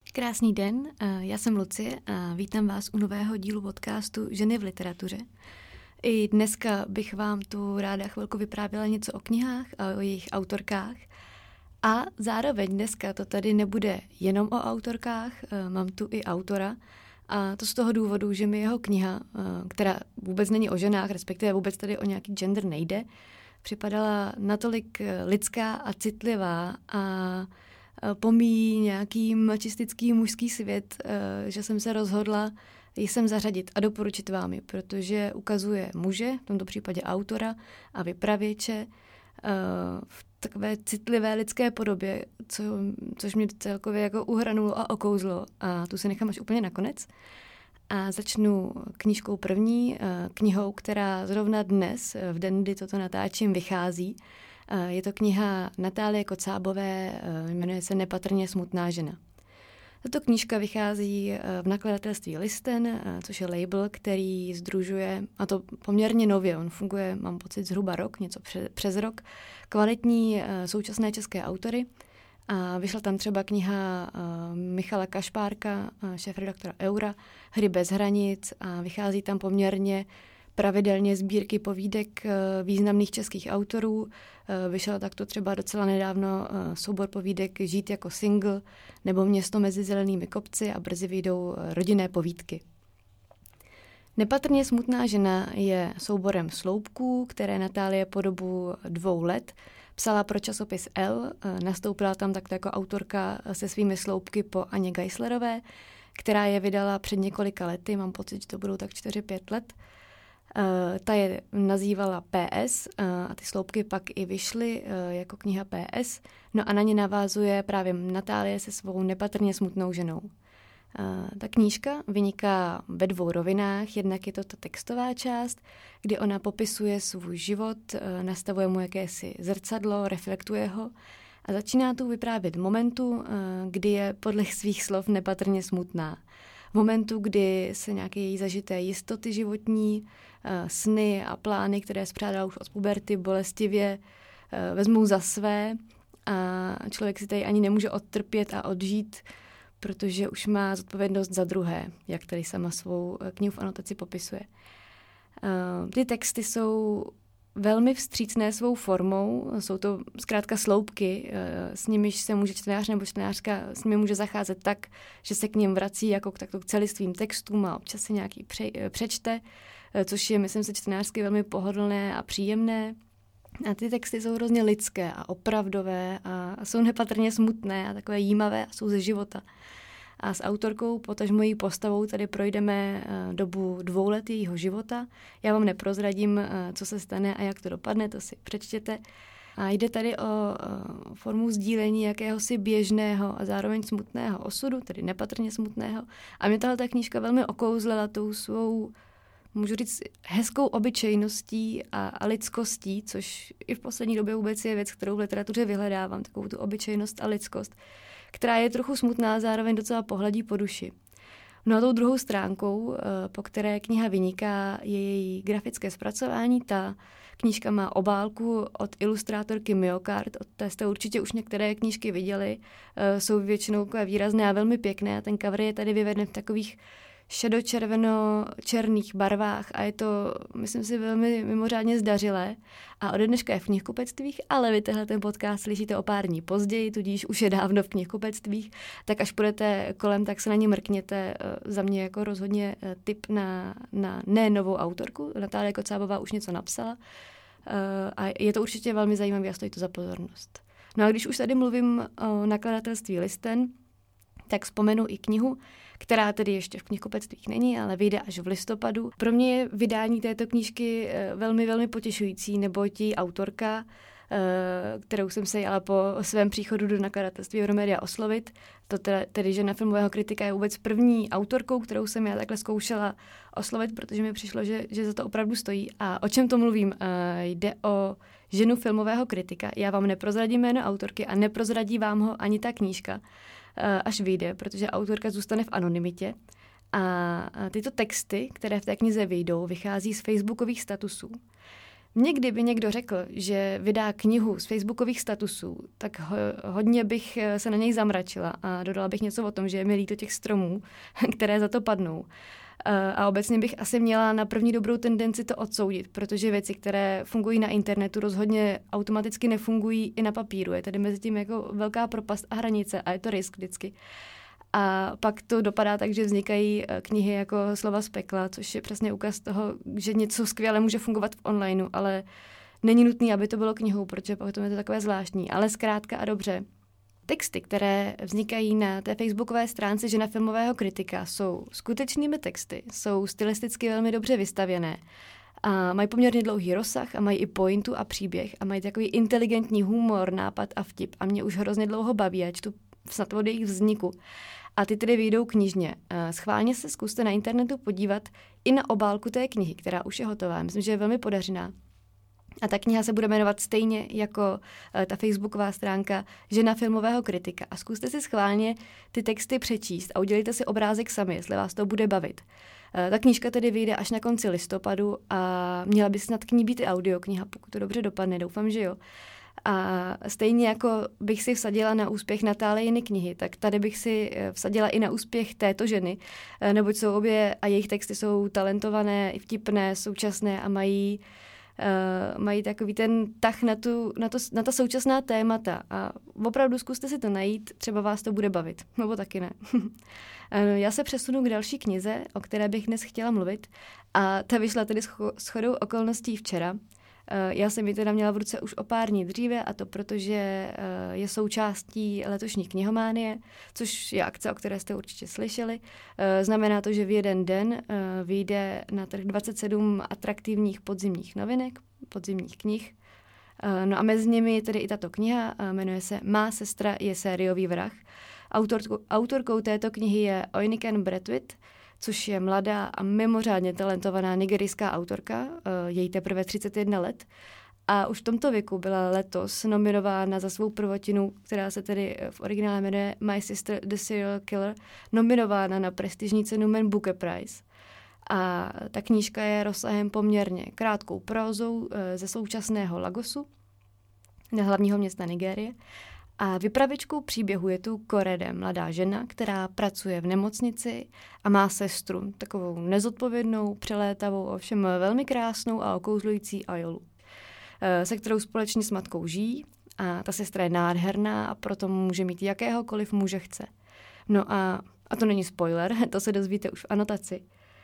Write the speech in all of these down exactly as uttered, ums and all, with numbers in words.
Krásný den, já jsem Lucie a vítám vás u nového dílu podcastu Ženy v literatuře. I dneska bych vám tu ráda chvilku vyprávěla něco o knihách a o jejich autorkách. A zároveň dneska to tady nebude jenom o autorkách, mám tu i autora. A to z toho důvodu, že mi jeho kniha, která vůbec není o ženách, respektive vůbec tady o nějaký gender nejde, připadala natolik lidská a citlivá a pomíjí nějaký mačistický mužský svět, že jsem se rozhodla ji sem zařadit a doporučit vám ji, protože ukazuje muže, v tomto případě autora a vypravěče, v takové citlivé lidské podobě, co, což mě celkově jako uhranulo a okouzlo. A tu se nechám až úplně nakonec. A začnu knížkou první, knihou, která zrovna dnes, v den, kdy toto natáčím, vychází. Je to kniha Natálie Kocábové, jmenuje se Nepatrně smutná žena. Tato knížka vychází v nakladatelství Listen, což je label, který sdružuje, a to poměrně nově, on funguje, mám pocit, zhruba rok, něco přes rok, kvalitní současné české autory. A vyšla tam třeba kniha Michala Kašpárka, šéfredaktora Eura, Hry bez hranic, a vychází tam poměrně pravidelně sbírky povídek významných českých autorů. Vyšel takto třeba docela nedávno soubor povídek Žít jako single nebo Město mezi zelenými kopci a brzy vyjdou rodinné povídky. Nepatrně smutná žena je souborem sloupků, které Natálie po dobu dvou let psala pro časopis L. Nastoupila tam takto jako autorka se svými sloupky po Aně Geislerové, která je vydala před několika lety, mám pocit, že to budou tak čtyři pět let. Uh, ta je nazývala P S uh, a ty sloupky pak i vyšly uh, jako kniha P S. No a na ně navázuje právě Natálie se svou nepatrně smutnou ženou. Uh, ta knížka vyniká ve dvou rovinách. Jednak je to ta textová část, kdy ona popisuje svůj život, uh, nastavuje mu jakési zrcadlo, reflektuje ho a začíná tu vyprávět momentu, uh, kdy je podle svých slov nepatrně smutná. V momentu, kdy se nějaké její zažité jistoty životní, sny a plány, které spřádala už od puberty, bolestivě vezmou za své a člověk si tady ani nemůže odtrpět a odžít, protože už má zodpovědnost za druhé, jak tady sama svou knihu v anotaci popisuje. Ty texty jsou velmi vstřícné svou formou, jsou to zkrátka sloupky, s nimiž se může čtenář nebo čtenářka s nimi může zacházet tak, že se k nim vrací jako k, takto k celistvým textům a občas si nějaký pře, přečte, což je, myslím si, čtenářsky velmi pohodlné a příjemné. A ty texty jsou hrozně lidské a opravdové a jsou nepatrně smutné a takové jímavé a jsou ze života. A s autorkou, potažmo její postavou, tady projdeme dobu dvou let jejího života. Já vám neprozradím, co se stane a jak to dopadne, to si přečtěte. A jde tady o formu sdílení jakéhosi běžného a zároveň smutného osudu, tedy nepatrně smutného. A mě tahle ta knížka velmi okouzlela tou svou, můžu říct, hezkou obyčejností a, a lidskostí, což i v poslední době vůbec je věc, kterou v literatuře vyhledávám, takovou tu obyčejnost a lidskost, která je trochu smutná, zároveň docela pohladí po duši. No a tou druhou stránkou, po které kniha vyniká, je její grafické zpracování. Ta knížka má obálku od ilustrátorky Myokard, od té jste určitě už některé knížky viděli, jsou většinou výrazné a velmi pěkné a ten cover je tady vyveden v takových šedočerveno-černých barvách a je to, myslím si, velmi mimořádně zdařilé. A ode dneška je v knihkupectvích, ale vy tehle ten podcast slyšíte o pár dní později, tudíž už je dávno v knihkupectvích, tak až půjdete kolem, tak se na ně mrkněte. Za mě jako rozhodně tip na, na ne novou autorku. Natálie Kocábová už něco napsala a je to určitě velmi zajímavé a stojí to za pozornost. No a když už tady mluvím o nakladatelství Listen, tak vzpomenu i knihu, která tedy ještě v knihkupectvích není, ale vyjde až v listopadu. Pro mě je vydání této knížky velmi, velmi potěšující, neboť její autorka, kterou jsem se jela po svém příchodu do nakladatelství Euromedia oslovit, to tedy žena filmového kritika je vůbec první autorkou, kterou jsem já takhle zkoušela oslovit, protože mi přišlo, že, že za to opravdu stojí. A o čem to mluvím? Jde o ženu filmového kritika. Já vám neprozradím jméno autorky a neprozradí vám ho ani ta knížka, až vyjde, protože autorka zůstane v anonymitě. A tyto texty, které v té knize vyjdou, vychází z facebookových statusů. Mně kdyby někdo řekl, že vydá knihu z facebookových statusů, tak ho, hodně bych se na něj zamračila a dodala bych něco o tom, že je mi líto těch stromů, které za to padnou. A obecně bych asi měla na první dobrou tendenci to odsoudit, protože věci, které fungují na internetu, rozhodně automaticky nefungují i na papíru. Je tady mezi tím jako velká propast a hranice a je to risk vždycky. A pak to dopadá tak, že vznikají knihy jako Slova z pekla, což je přesně ukaz toho, že něco skvěle může fungovat v onlineu, ale není nutné, aby to bylo knihou, protože potom je to takové zvláštní. Ale zkrátka a dobře. Texty, které vznikají na té facebookové stránce Žena filmového kritika, jsou skutečnými texty, jsou stylisticky velmi dobře vystavěné a mají poměrně dlouhý rozsah a mají i pointu a příběh a mají takový inteligentní humor, nápad a vtip a mě už hrozně dlouho baví a čtu snad od jejich vzniku. A ty tedy vyjdou knižně. Schválně se zkuste na internetu podívat i na obálku té knihy, která už je hotová. Myslím, že je velmi podařená. A ta kniha se bude jmenovat stejně jako ta facebooková stránka Žena filmového kritika. A zkuste si schválně ty texty přečíst a udělejte si obrázek sami, jestli vás to bude bavit. Ta knížka tedy vyjde až na konci listopadu a měla by snad k ní být i audiokniha, pokud to dobře dopadne, doufám, že jo. A stejně jako bych si vsadila na úspěch Natálijiny knihy, tak tady bych si vsadila i na úspěch této ženy, neboť jsou obě a jejich texty jsou talentované, vtipné, současné a mají Uh, mají takový ten tah na, tu, na, to, na ta současná témata a opravdu zkuste si to najít, třeba vás to bude bavit, nebo taky ne. uh, já se přesunu k další knize, o které bych dnes chtěla mluvit a ta vyšla tedy shodou okolností včera. Uh, já jsem ji teda měla v ruce už o pár dní dříve a to protože uh, je součástí letošní knihománie, což je akce, o které jste určitě slyšeli. Uh, znamená to, že v jeden den uh, vyjde na trh dvacet sedm atraktivních podzimních novinek, podzimních knih. Uh, no a mezi nimi je tedy i tato kniha, uh, jmenuje se Má sestra je sériový vrah. Autorkou, autorkou této knihy je Oyneken Brathwaite, což je mladá a mimořádně talentovaná nigerijská autorka, je jí teprve třicet jedna let a už v tomto věku byla letos nominována za svou prvotinu, která se tedy v originále jmenuje My Sister the Serial Killer, nominována na prestižní cenu Man Booker Prize. A ta knížka je rozsahem poměrně krátkou prózou ze současného Lagosu, hlavního města Nigérie. A vypravěčkou příběhu je tu Korede, mladá žena, která pracuje v nemocnici a má sestru, takovou nezodpovědnou, přelétavou, ovšem velmi krásnou a okouzlující Ayolu, se kterou společně s matkou žijí a ta sestra je nádherná a proto může mít jakéhokoliv muže chce. No a, a to není spoiler, to se dozvíte už v anotaci.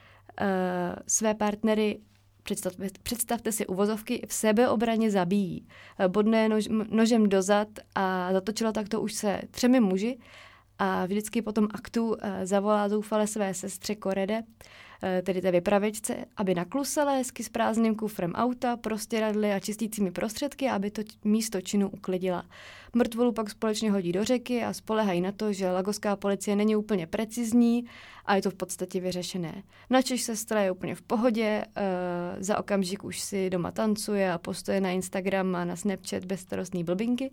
Své partnery Představte, představte si uvozovky, v sebeobraně zabíjí. Bodne nož, nožem dozad a zatočila takto už se třemi muži a vždycky po tom aktu zavolá zoufale své sestře Korede, tedy té vypravěčce, aby naklusala hezky s prázdným kufrem auta, prostěradly a čistícími prostředky, aby to místo činu uklidila. Mrtvolu pak společně hodí do řeky a spolehají na to, že lagoská policie není úplně precizní a je to v podstatě vyřešené. Načež sestra je úplně v pohodě, uh, za okamžik už si doma tancuje a postuje na Instagram a na Snapchat bezstarostný blbinky.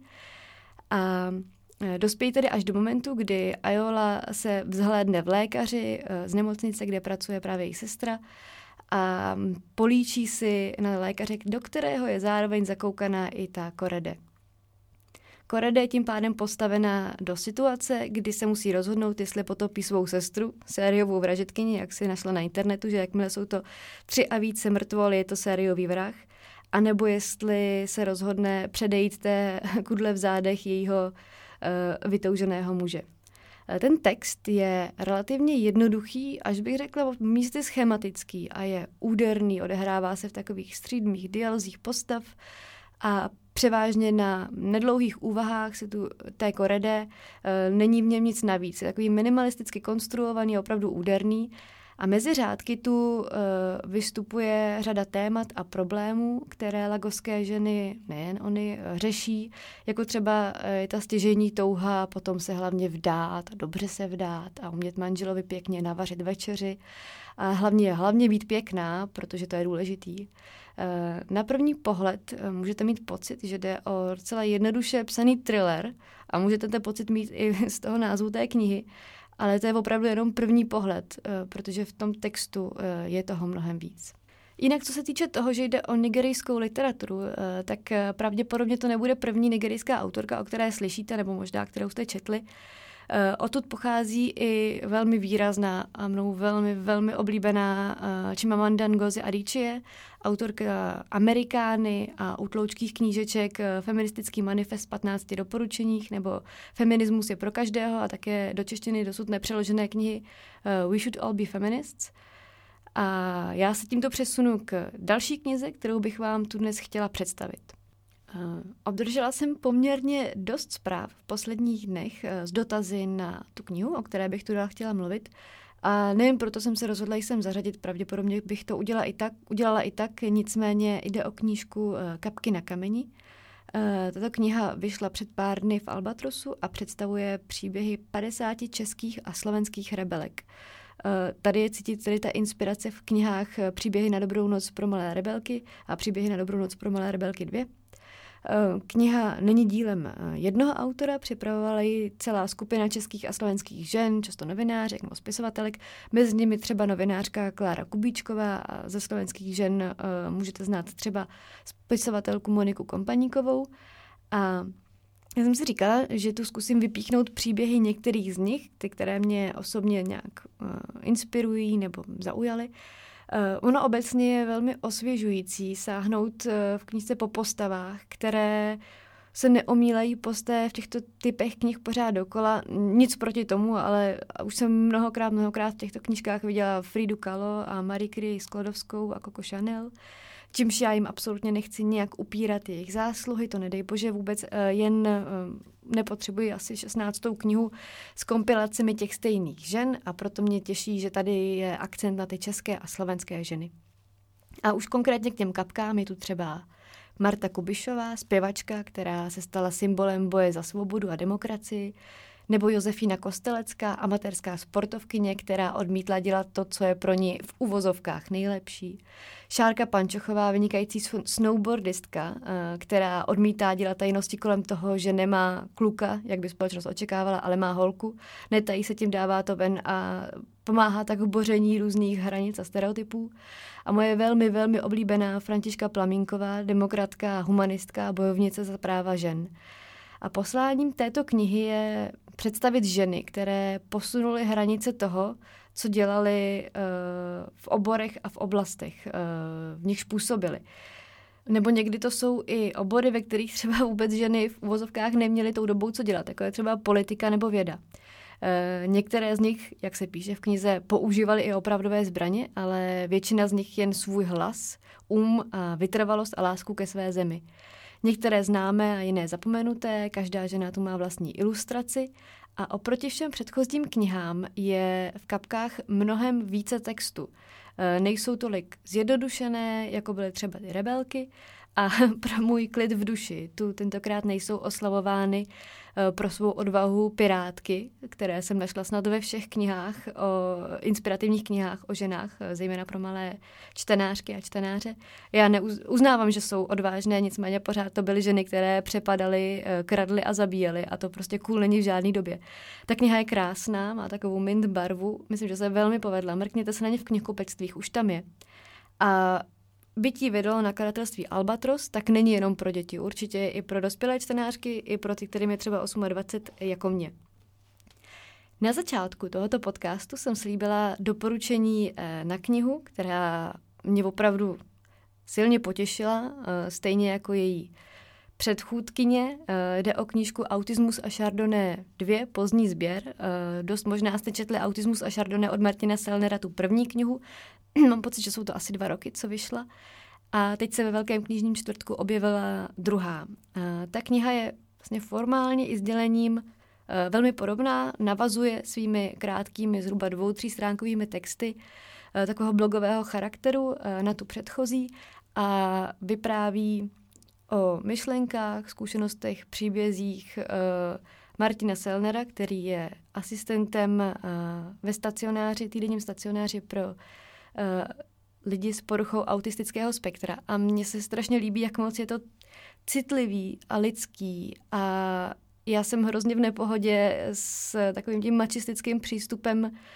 A dospějí tedy až do momentu, kdy Ayola se vzhlédne v lékaři z nemocnice, kde pracuje právě její sestra a políčí si na lékaře, do kterého je zároveň zakoukaná i ta Korede. Korede je tím pádem postavená do situace, kdy se musí rozhodnout, jestli potopí svou sestru, sériovou vražedkyni, jak si našla na internetu, že jakmile jsou to tři a více mrtvol, je to sériový vrah, anebo jestli se rozhodne předejít té kudle v zádech jejího vytouženého muže. Ten text je relativně jednoduchý, až bych řekla místy schematický a je úderný, odehrává se v takových střídmých dialozích postav a převážně na nedlouhých úvahách si tu té Korede není v něm nic navíc. Je takový minimalisticky konstruovaný, opravdu úderný. A mezi řádky tu uh, vystupuje řada témat a problémů, které lagoské ženy, nejen oni, řeší, jako třeba uh, ta stěžejní touha, potom se hlavně vdát, dobře se vdát a umět manželovi pěkně navařit večeři. A hlavně, hlavně být pěkná, protože to je důležitý. Uh, na první pohled uh, můžete mít pocit, že jde o docela jednoduše psaný thriller a můžete ten pocit mít i z toho názvu té knihy, ale to je opravdu jenom první pohled, protože v tom textu je toho mnohem víc. Jinak, co se týče toho, že jde o nigerijskou literaturu, tak pravděpodobně to nebude první nigerijská autorka, o které slyšíte, nebo možná kterou jste četli. Odtud pochází i velmi výrazná a mnou velmi, velmi oblíbená Chimamanda Ngozi Adichie, autorka Amerikány a utloučkých knížeček Feministický manifest v patnácti doporučeních nebo Feminismus je pro každého a také do češtiny dosud nepřeložené knihy We Should All Be Feminists. A já se tímto přesunu k další knize, kterou bych vám tu dnes chtěla představit. Obdržela jsem poměrně dost zpráv v posledních dnech s dotazy na tu knihu, o které bych tu dál chtěla mluvit. A nejen proto jsem se rozhodla jsem zařadit, pravděpodobně bych to udělala i tak, udělala i tak, nicméně jde o knížku Kapky na kameni. Tato kniha vyšla před pár dny v Albatrosu a představuje příběhy padesáti českých a slovenských rebelek. Tady je cítit tady ta inspirace v knihách Příběhy na dobrou noc pro malé rebelky a Příběhy na dobrou noc pro malé rebelky dvě. Kniha není dílem jednoho autora, připravovala ji celá skupina českých a slovenských žen, často novinářek nebo spisovatelek, mezi nimi třeba novinářka Klára Kubíčková a ze slovenských žen můžete znát třeba spisovatelku Moniku Kompaníkovou. A já jsem si říkala, že tu zkusím vypíchnout příběhy některých z nich, ty, které mě osobně nějak uh, inspirují nebo zaujaly. Uh, ono obecně je velmi osvěžující sáhnout uh, v knížce po postavách, které se neomílají posté v těchto typech knih pořád dokola. Nic proti tomu, ale už jsem mnohokrát, mnohokrát v těchto knížkách viděla Fridu Kahlo a Marie Curie Sklodovskou a Coco Chanel, čímž já jim absolutně nechci nějak upírat jejich zásluhy, to nedej bože vůbec, jen nepotřebuji asi šestnáctou knihu s kompilacemi těch stejných žen a proto mě těší, že tady je akcent na ty české a slovenské ženy. A už konkrétně k těm kapkám je tu třeba Marta Kubišová, zpěvačka, která se stala symbolem boje za svobodu a demokracii, nebo Josefína Kostelecká, amatérská sportovkyně, která odmítla dělat to, co je pro ní v uvozovkách nejlepší. Šárka Pančochová, vynikající snowboardistka, která odmítá dělat tajnosti kolem toho, že nemá kluka, jak by společnost očekávala, ale má holku. Netají se tím, dává to ven a pomáhá tak v boření různých hranic a stereotypů. A moje velmi, velmi oblíbená Františka Plamínková, demokratka, humanistka, bojovnice za práva žen. A posláním této knihy je představit ženy, které posunuly hranice toho, co dělali uh, v oborech a v oblastech, uh, v nichž působily. Nebo někdy to jsou i obory, ve kterých třeba vůbec ženy v uvozovkách neměly tou dobou co dělat, jako je třeba politika nebo věda. Uh, některé z nich, jak se píše v knize, používaly i opravdové zbraně, ale většina z nich jen svůj hlas, um a vytrvalost a lásku ke své zemi. Některé známé a jiné zapomenuté, každá žena tu má vlastní ilustraci a oproti všem předchozím knihám je v kapkách mnohem více textu. E, nejsou tolik zjednodušené, jako byly třeba ty rebelky a pro můj klid v duši tu tentokrát nejsou oslavovány e, pro svou odvahu pirátky, které jsem našla snad ve všech knihách, o inspirativních knihách o ženách, zejména pro malé čtenářky a čtenáře. Já neuznávám, že jsou odvážné, nicméně pořád to byly ženy, které přepadaly, kradly a zabíjely a to prostě cool není v žádné době. Ta kniha je krásná, má takovou mint barvu, myslím, že se velmi povedla. Mrkněte se na ně v knihkupectvích, už tam je. A byť ji vydalo nakladatelství Albatros, tak není jenom pro děti. Určitě je i pro dospělé čtenářky, i pro ty, kterým je třeba dvacet osm jako mě. Na začátku tohoto podcastu jsem slíbila doporučení na knihu, která mě opravdu silně potěšila, stejně jako její předchůdkyně. Jde o knížku Autismus a Chardonnay dva, pozdní sběr. Dost možná jste četli Autismus a Chardonnay od Martina Sellnera, tu první knihu. Mám pocit, že jsou to asi dva roky, co vyšla. A teď se ve Velkém knižním čtvrtku objevila druhá. Ta kniha je vlastně formálně i sdělením velmi podobná, navazuje svými krátkými, zhruba dvou, tří stránkovými texty takového blogového charakteru na tu předchozí a vypráví o myšlenkách, zkušenostech, příbězích Martina Sellnera, který je asistentem ve stacionáři, týdenním stacionáři pro lidi s poruchou autistického spektra. A mně se strašně líbí, jak moc je to citlivý a lidský a já jsem hrozně v nepohodě s takovým tím mačistickým přístupem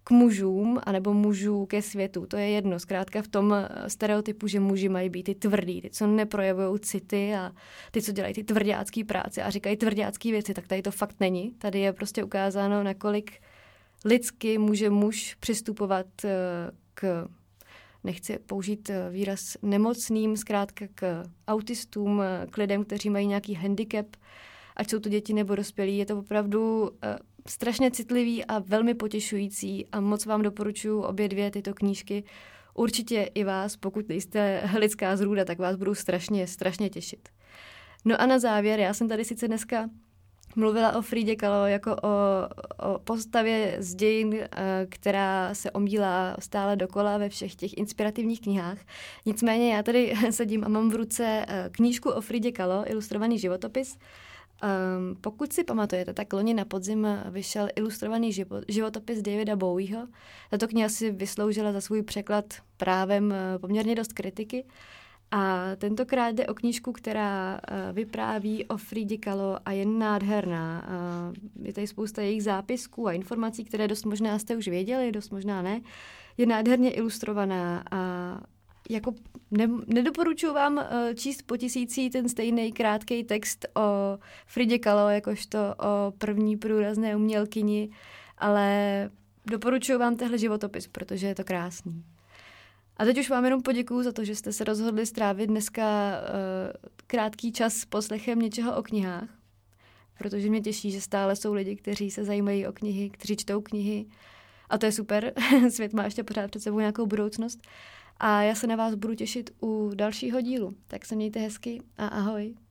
k mužům, anebo mužů ke světu. To je jedno. Zkrátka v tom stereotypu, že muži mají být ty tvrdý, ty, co neprojevují city a ty, co dělají ty tvrdácký práce a říkají tvrdácký věci, tak tady to fakt není. Tady je prostě ukázáno, nakolik lidsky může muž přistupovat k, nechci použít výraz nemocným, zkrátka k autistům, k lidem, kteří mají nějaký handicap, ať jsou to děti nebo dospělí. Je to opravdu uh, strašně citlivý a velmi potěšující a moc vám doporučuji obě dvě tyto knížky. Určitě i vás, pokud jste lidská zrůda, tak vás budou strašně, strašně těšit. No a na závěr, já jsem tady sice dneska mluvila o Frídě Kahlo jako o, o postavě z dějin, uh, která se omílá stále dokola ve všech těch inspirativních knihách. Nicméně já tady sedím a mám v ruce uh, knížku o Frídě Kahlo, ilustrovaný životopis. Um, pokud si pamatujete, tak loni na podzim vyšel ilustrovaný život, životopis Davida Bowieho. Tato kniha si vysloužila za svůj překlad právem poměrně dost kritiky. A tentokrát jde o knížku, která uh, vypráví o Frídě Kahlo a je nádherná. Uh, je tady spousta jejich zápisků a informací, které dost možná jste už věděli, dost možná ne. Je nádherně ilustrovaná a jako ne, nedoporučuji vám uh, číst po tisící ten stejný krátký text o Frídě Kahlo, jakožto o první průrazné umělkyni, ale doporučuji vám tehle životopis, protože je to krásný. A teď už vám jenom poděkuju za to, že jste se rozhodli strávit dneska uh, krátký čas poslechem něčeho o knihách, protože mě těší, že stále jsou lidi, kteří se zajímají o knihy, kteří čtou knihy a to je super. Svět má ještě pořád před sebou nějakou budoucnost. A já se na vás budu těšit u dalšího dílu. Tak se mějte hezky a ahoj.